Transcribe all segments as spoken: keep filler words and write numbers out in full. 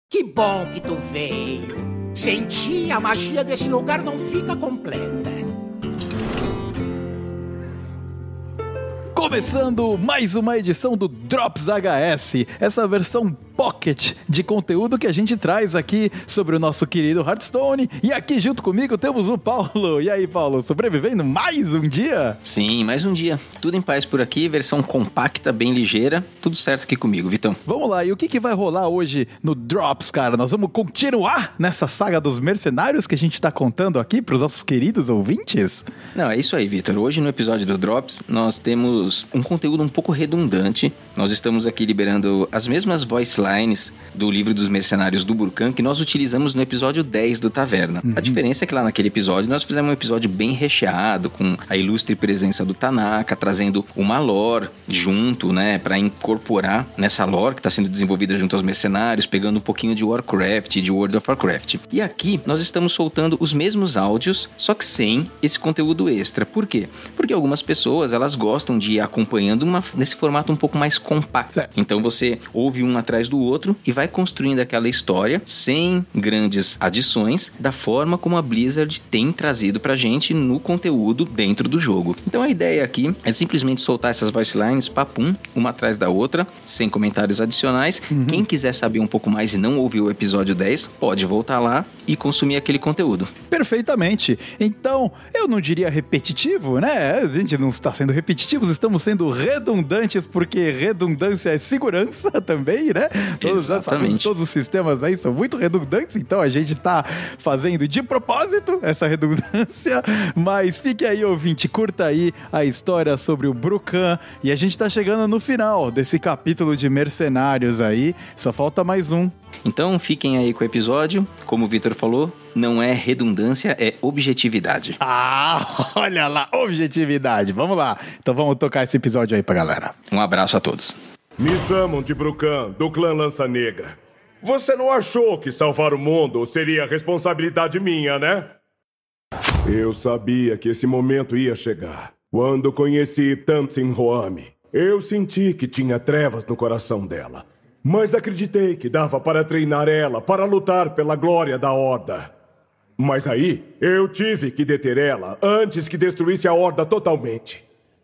Que bom que tu veio. Sem ti, a magia desse lugar não fica completa. Começando mais uma edição do Drops H S, essa versão pocket de conteúdo que a gente traz aqui sobre o nosso querido Hearthstone. E aqui junto comigo temos o Paulo. E aí, Paulo, sobrevivendo mais um dia? Sim, mais um dia. Tudo em paz por aqui, versão compacta, bem ligeira. Tudo certo aqui comigo, Vitão. Vamos lá, e o que, que vai rolar hoje no Drops, cara? Nós vamos continuar nessa saga dos mercenários que a gente tá contando aqui pros nossos queridos ouvintes? Não, é isso aí, Vitor. Hoje no episódio do Drops, nós temos um conteúdo um pouco redundante. Nós estamos aqui liberando as mesmas voice lines do livro dos mercenários do Burkhan que nós utilizamos no episódio dez do Taverna. Uhum. A diferença é que lá naquele episódio nós fizemos um episódio bem recheado, com a ilustre presença do Tanaka, trazendo uma lore junto, né, para incorporar nessa lore que está sendo desenvolvida junto aos mercenários, pegando um pouquinho de Warcraft e de World of Warcraft. E aqui nós estamos soltando os mesmos áudios, só que sem esse conteúdo extra. Por quê? Porque algumas pessoas, elas gostam de ir acompanhando uma, nesse formato um pouco mais compacto. Certo. Então você ouve um atrás do outro e vai construindo aquela história sem grandes adições, da forma como a Blizzard tem trazido pra gente no conteúdo dentro do jogo. Então a ideia aqui é simplesmente soltar essas voice lines, papum, uma atrás da outra, sem comentários adicionais. Uhum. Quem quiser saber um pouco mais e não ouviu o episódio dez, pode voltar lá e consumir aquele conteúdo. Perfeitamente. Então, eu não diria repetitivo, né? A gente não está sendo repetitivos, estamos sendo redundantes, porque redundância é segurança também, né? Todos, Exatamente. Todos os sistemas aí são muito redundantes, então a gente tá fazendo de propósito essa redundância, mas fique aí, ouvinte, curta aí a história sobre o Burkhan, e a gente tá chegando no final desse capítulo de mercenários aí, só falta mais um. Então fiquem aí com o episódio, como o Vitor falou, não é redundância, é objetividade. Ah, olha lá, objetividade, vamos lá, então vamos tocar esse episódio aí pra galera. Um abraço a todos. Me chamam de Burkhan, do clã Lança Negra. Você não achou que salvar o mundo seria responsabilidade minha, né? Eu sabia que esse momento ia chegar. Quando conheci Tamsin Roami, eu senti que tinha trevas no coração dela. Mas acreditei que dava para treinar ela para lutar pela glória da Horda. Mas aí, eu tive que deter ela antes que destruísse a Horda totalmente.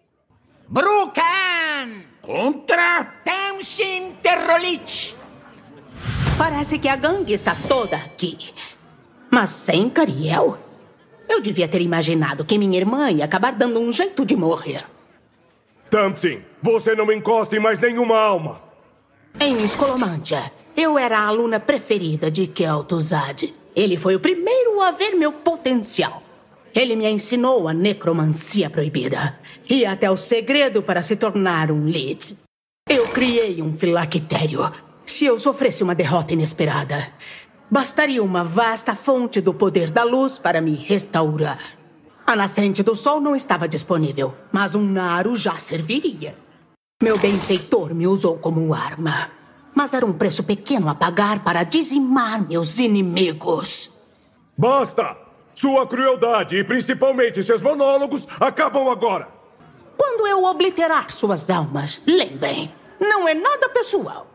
Burkhan! Contra Tamsin Terrolich. Parece que a gangue está toda aqui. Mas sem Cariel? Eu devia ter imaginado que minha irmã ia acabar dando um jeito de morrer. Tamsin, você não encosta em mais nenhuma alma. Em Escolomândia, eu era a aluna preferida de Kel'Thuzad. Ele foi o primeiro a ver meu potencial. Ele me ensinou a necromancia proibida e até o segredo para se tornar um Lich. Eu criei um filactério. Se eu sofresse uma derrota inesperada, bastaria uma vasta fonte do poder da luz para me restaurar. A nascente do sol não estava disponível, mas um Naru já serviria. Meu benfeitor me usou como arma, mas era um preço pequeno a pagar para dizimar meus inimigos. Basta! Sua crueldade e principalmente seus monólogos acabam agora! Quando eu obliterar suas almas, lembrem, não é nada pessoal.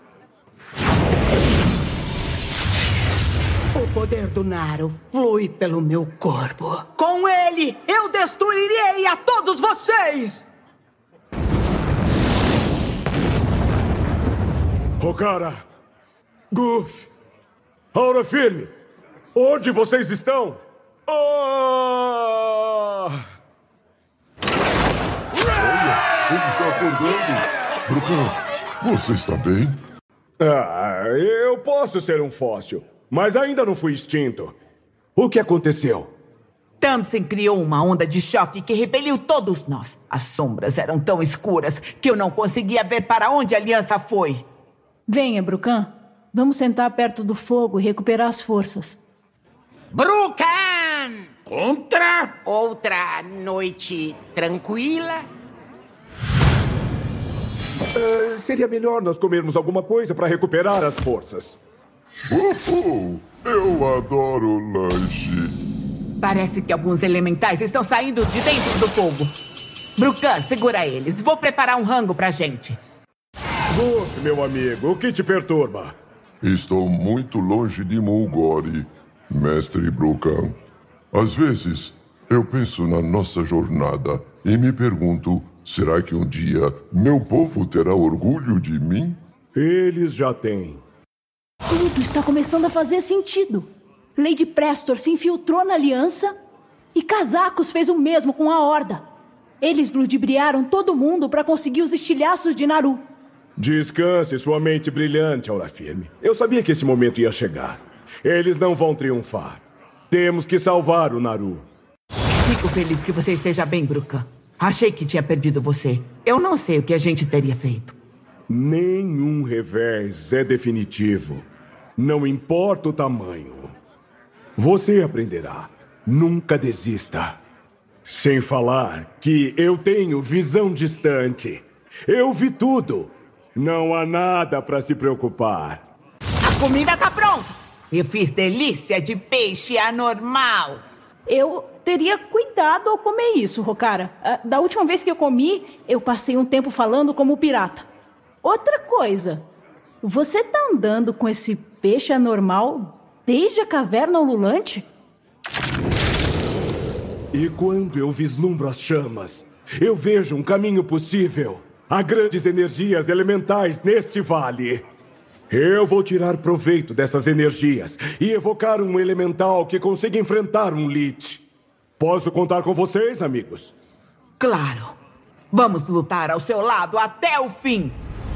O poder do Naru flui pelo meu corpo. Com ele, eu destruirei a todos vocês! Rokara! Guf! Aura Firme! Onde vocês estão? Oh! Olha, ele está acordando. Burkhan, você está bem? Ah, eu posso ser um fóssil, mas ainda não fui extinto. O que aconteceu? Tamsin criou uma onda de choque que repeliu todos nós. As sombras eram tão escuras que eu não conseguia ver para onde a aliança foi. Venha, Burkhan. Vamos sentar perto do fogo e recuperar as forças. Burkhan! Contra outra noite tranquila? Uh, seria melhor nós comermos alguma coisa para recuperar as forças. Uhul! Eu adoro lanche. Parece que alguns elementais estão saindo de dentro do fogo. Burkhan, segura eles. Vou preparar um rango pra gente. Guf, meu amigo, o que te perturba? Estou muito longe de Mulgore, mestre Brukan. Às vezes, eu penso na nossa jornada e me pergunto, será que um dia meu povo terá orgulho de mim? Eles já têm. Tudo está começando a fazer sentido. Lady Prestor se infiltrou na aliança e Casacos fez o mesmo com a Horda. Eles ludibriaram todo mundo para conseguir os estilhaços de Naru. Descanse sua mente brilhante, Aura Firme. Eu sabia que esse momento ia chegar. Eles não vão triunfar. Temos que salvar o Naru. Fico feliz que você esteja bem, Brukan. Achei que tinha perdido você. Eu não sei o que a gente teria feito. Nenhum revés é definitivo. Não importa o tamanho. Você aprenderá. Nunca desista. Sem falar que eu tenho visão distante. Eu vi tudo. Não há nada para se preocupar. A comida tá pronta. Eu fiz delícia de peixe anormal. Eu teria cuidado ao comer isso, Rokara. Da última vez que eu comi, eu passei um tempo falando como pirata. Outra coisa, você tá andando com esse peixe anormal desde a caverna ululante? E quando eu vislumbro as chamas, eu vejo um caminho possível. Há grandes energias elementais nesse vale. Eu vou tirar proveito dessas energias e evocar um elemental que consiga enfrentar um Lich. Posso contar com vocês, amigos? Claro. Vamos lutar ao seu lado até o fim.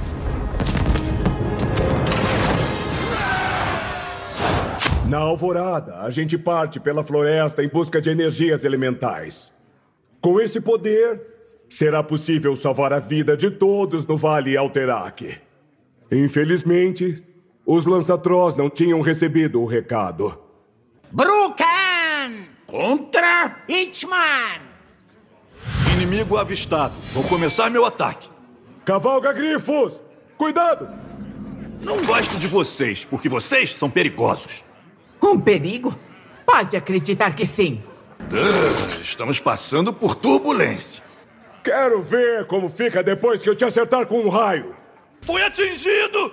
Na alvorada, a gente parte pela floresta em busca de energias elementais. Com esse poder, será possível salvar a vida de todos no Vale Alterac. Infelizmente, os Lançatrós não tinham recebido o recado. Brukan! Contra Hitman! Inimigo avistado. Vou começar meu ataque. Cavalga grifos! Cuidado! Não gosto de vocês, porque vocês são perigosos. Um perigo? Pode acreditar que sim. Uh, estamos passando por turbulência. Quero ver como fica depois que eu te acertar com um raio. Foi atingido!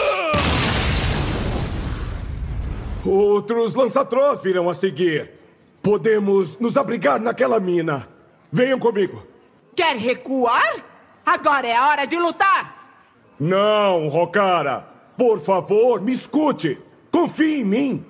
Uh! Outros Lançatrós virão a seguir. Podemos nos abrigar naquela mina. Venham comigo. Quer recuar? Agora é a hora de lutar. Não, Rokara. Por favor, me escute. Confie em mim.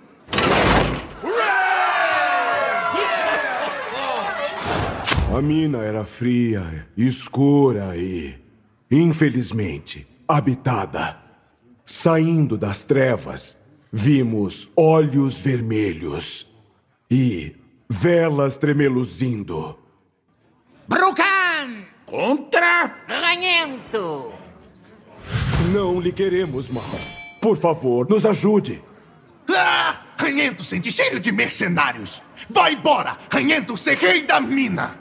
A mina era fria, escura e, infelizmente, habitada. Saindo das trevas, vimos olhos vermelhos e velas tremeluzindo. Brukan! Contra Ranhento! Não lhe queremos mal. Por favor, nos ajude. Ah! Ranhento sente cheiro de mercenários. Vai embora! Ranhento ser rei da mina!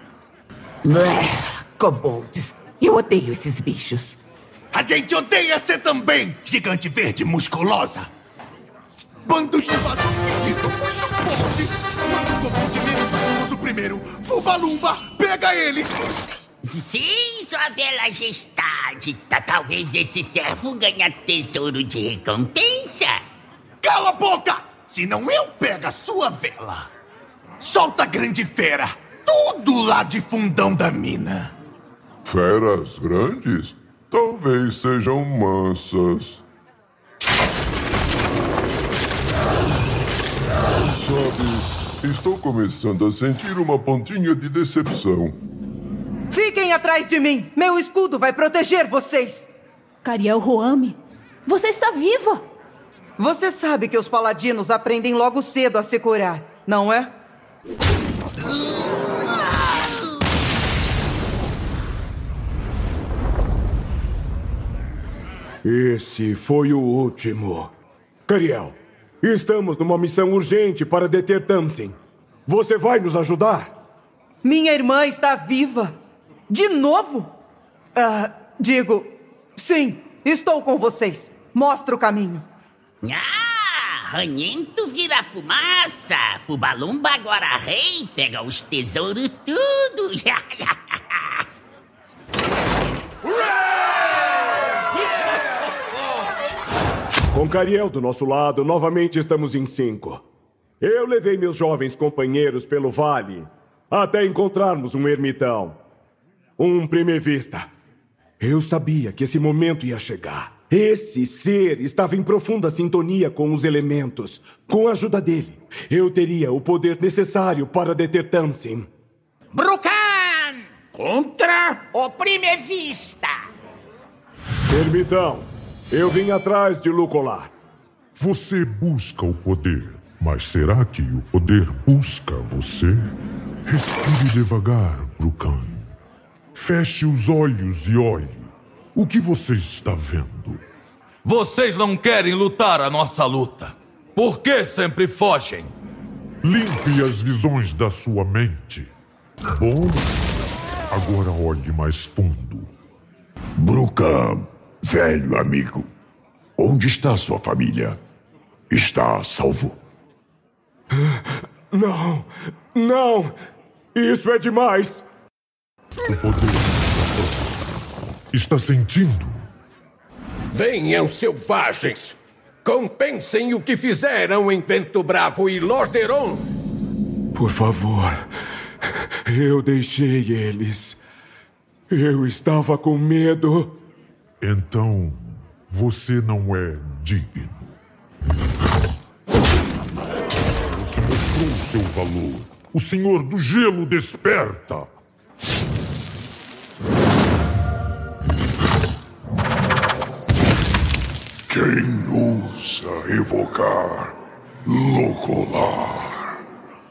Kobolds. Eu odeio esses bichos. A gente odeia você também, gigante verde musculosa. Bando de invasor pedido, muito forte. Quando o kobold menos valoroso primeiro, Fubalumba, pega eles! Sim, sua bela majestade. Tá, talvez esse servo ganhe tesouro de recompensa. Cala a boca! Senão eu pego a sua vela. Solta a grande fera. Tudo lá de fundão da mina. Feras grandes? Talvez sejam mansas. Sabe, estou começando a sentir uma pontinha de decepção. Fiquem atrás de mim! Meu escudo vai proteger vocês! Cariel Roame, você está viva! Você sabe que os paladinos aprendem logo cedo a se curar, não é? Esse foi o último. Cariel, estamos numa missão urgente para deter Tamsin. Você vai nos ajudar? Minha irmã está viva. De novo? Ah, digo, sim, estou com vocês. Mostra o caminho. Ah, Ranhento vira fumaça. Fubalumba agora rei, pega os tesouros tudo. Com Cariel do nosso lado, novamente estamos em cinco. Eu levei meus jovens companheiros pelo vale até encontrarmos um ermitão. Um primevista. Eu sabia que esse momento ia chegar. Esse ser estava em profunda sintonia com os elementos. Com a ajuda dele, eu teria o poder necessário para deter Tamsin. Brucan! Contra o Primevista! Ermitão, eu vim atrás de Lucolar. Você busca o poder, mas será que o poder busca você? Respire devagar, Brucan. Feche os olhos e olhe. O que você está vendo? Vocês não querem lutar a nossa luta. Por que sempre fogem? Limpe as visões da sua mente. Bom, agora olhe mais fundo. Brucan, velho amigo, onde está sua família? Está salvo? Não, não, isso é demais. O poder está sentindo? Venham, selvagens! Compensem o que fizeram em Vento Bravo e Lordaeron! Por favor, eu deixei eles. Eu estava com medo. Então, você não é digno. Você mostrou seu valor. O Senhor do Gelo desperta! Quem ousa evocar Lucolar?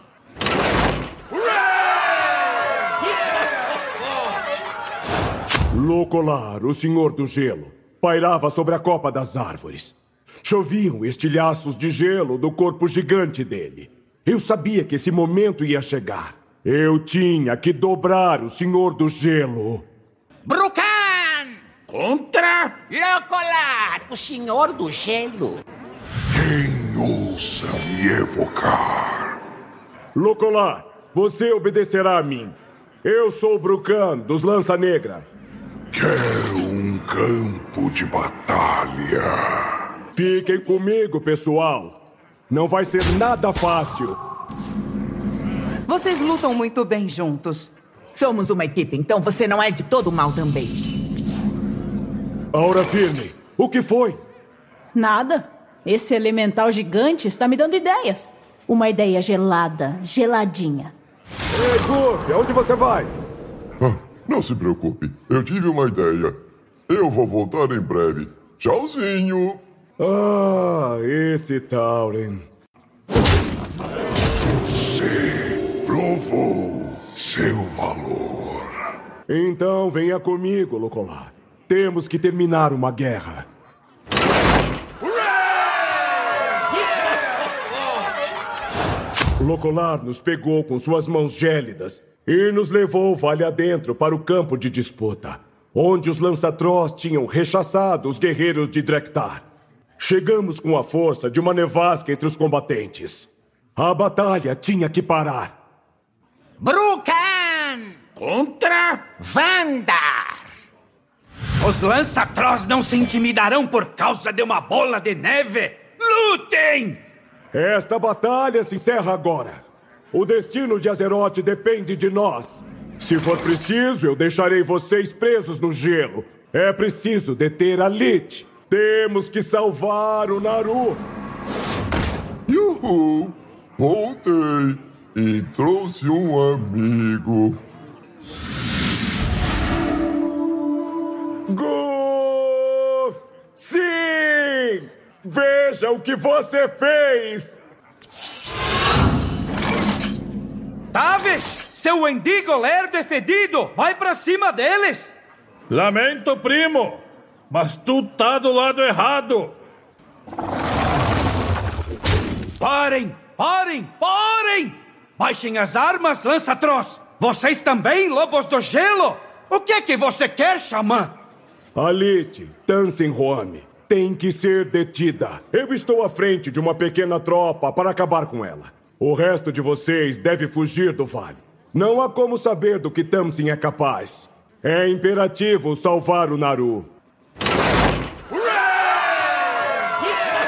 Lucolar, o Senhor do Gelo, pairava sobre a copa das árvores. Choviam estilhaços de gelo do corpo gigante dele. Eu sabia que esse momento ia chegar. Eu tinha que dobrar o Senhor do Gelo. Brucan! Contra Lucolar, o Senhor do Gelo. Quem ousa me evocar? Lucolar, você obedecerá a mim. Eu sou Brucan, dos Lança Negra. Quero um campo de batalha. Fiquem comigo, pessoal. Não vai ser nada fácil. Vocês lutam muito bem juntos. Somos uma equipe, então você não é de todo mal também. Aura Firme, o que foi? Nada. Esse elemental gigante está me dando ideias. Uma ideia gelada, geladinha. Ei, Gurf, aonde você vai? Ah, não se preocupe, eu tive uma ideia. Eu vou voltar em breve. Tchauzinho. Ah, esse Tauren. Você provou seu valor. Então venha comigo, Lucolar. Temos que terminar uma guerra. Lucolar nos pegou com suas mãos gélidas e nos levou vale adentro para o campo de disputa, onde os Lançatrós tinham rechaçado os guerreiros de Drektar. Chegamos com a força de uma nevasca entre os combatentes. A batalha tinha que parar. Brucan! Contra Vandar! Os Lançatrós não se intimidarão por causa de uma bola de neve? Lutem! Esta batalha se encerra agora. O destino de Azeroth depende de nós. Se for preciso, eu deixarei vocês presos no gelo. É preciso deter a Lich. Temos que salvar o Naru. Yuhu! Voltei e trouxe um amigo. Guf! Sim! Veja o que você fez! Tavish, seu Wendigo lerdo e fedido, vai pra cima deles! Lamento, primo, mas tu tá do lado errado. Parem, parem, parem! Baixem as armas, Lançatrós! Vocês também, lobos do gelo? O que é que você quer, xamã? A Lich, Tamsin-Roame, tem que ser detida. Eu estou à frente de uma pequena tropa para acabar com ela. O resto de vocês deve fugir do vale. Não há como saber do que Tamsin é capaz. É imperativo salvar o Naru.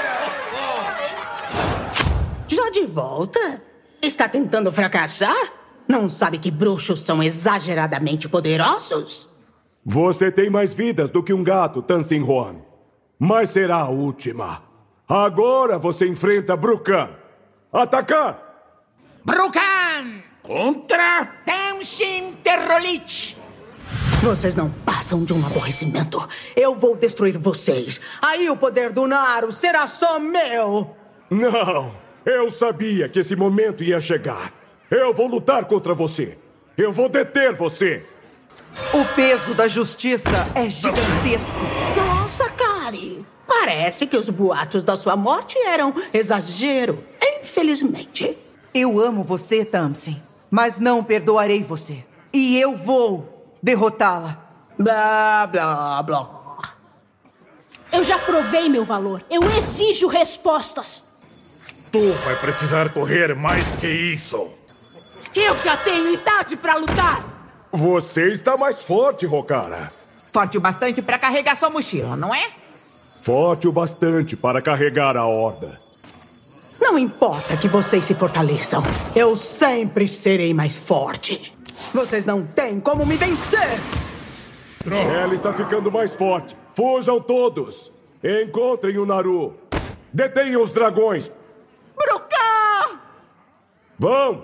Está de volta? Está tentando fracassar? Não sabe que bruxos são exageradamente poderosos? Você tem mais vidas do que um gato, Tansinhorn. Mas será a última. Agora você enfrenta Brukan. Atacar! Brukan! Contra Tamsin Terrolich! Vocês não passam de um aborrecimento. Eu vou destruir vocês. Aí o poder do Naru será só meu. Não! Eu sabia que esse momento ia chegar. Eu vou lutar contra você. Eu vou deter você. O peso da justiça é gigantesco. Nossa, Kari. Parece que os boatos da sua morte eram exagero. Infelizmente. Eu amo você, Tamsin. Mas não perdoarei você. E eu vou derrotá-la. Blá, blá, blá. Eu já provei meu valor. Eu exijo respostas. Tu vai precisar correr mais que isso. Eu já tenho idade pra lutar. Você está mais forte, Rokara. Forte o bastante pra carregar sua mochila, não é? Forte o bastante para carregar a horda. Não importa que vocês se fortaleçam. Eu sempre serei mais forte. Vocês não têm como me vencer. Ela está ficando mais forte. Fujam todos. Encontrem o Naru. Detenham os dragões. Brukan! Vão!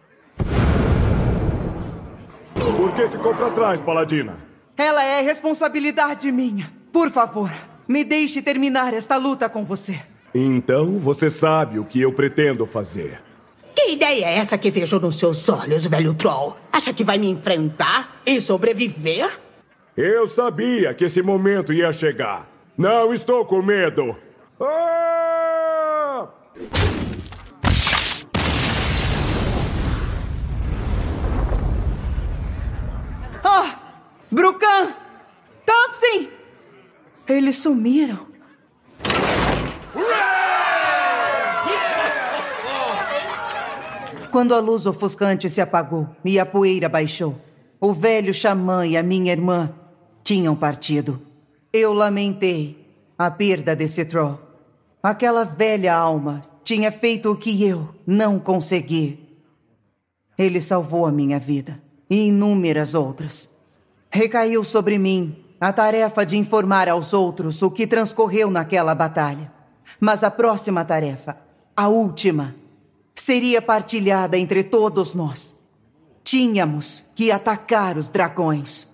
Por que ficou pra trás, Paladina? Ela é responsabilidade minha. Por favor, me deixe terminar esta luta com você. Então você sabe o que eu pretendo fazer. Que ideia é essa que vejo nos seus olhos, velho troll? Acha que vai me enfrentar e sobreviver? Eu sabia que esse momento ia chegar. Não estou com medo. Ah! Ah! Brukan! Tamsin! Eles sumiram. Quando a luz ofuscante se apagou e a poeira baixou, o velho xamã e a minha irmã tinham partido. Eu lamentei a perda desse troll. Aquela velha alma tinha feito o que eu não consegui. Ele salvou a minha vida e inúmeras outras. Recaiu sobre mim a tarefa de informar aos outros o que transcorreu naquela batalha. Mas a próxima tarefa, a última, seria partilhada entre todos nós. Tínhamos que atacar os dragões.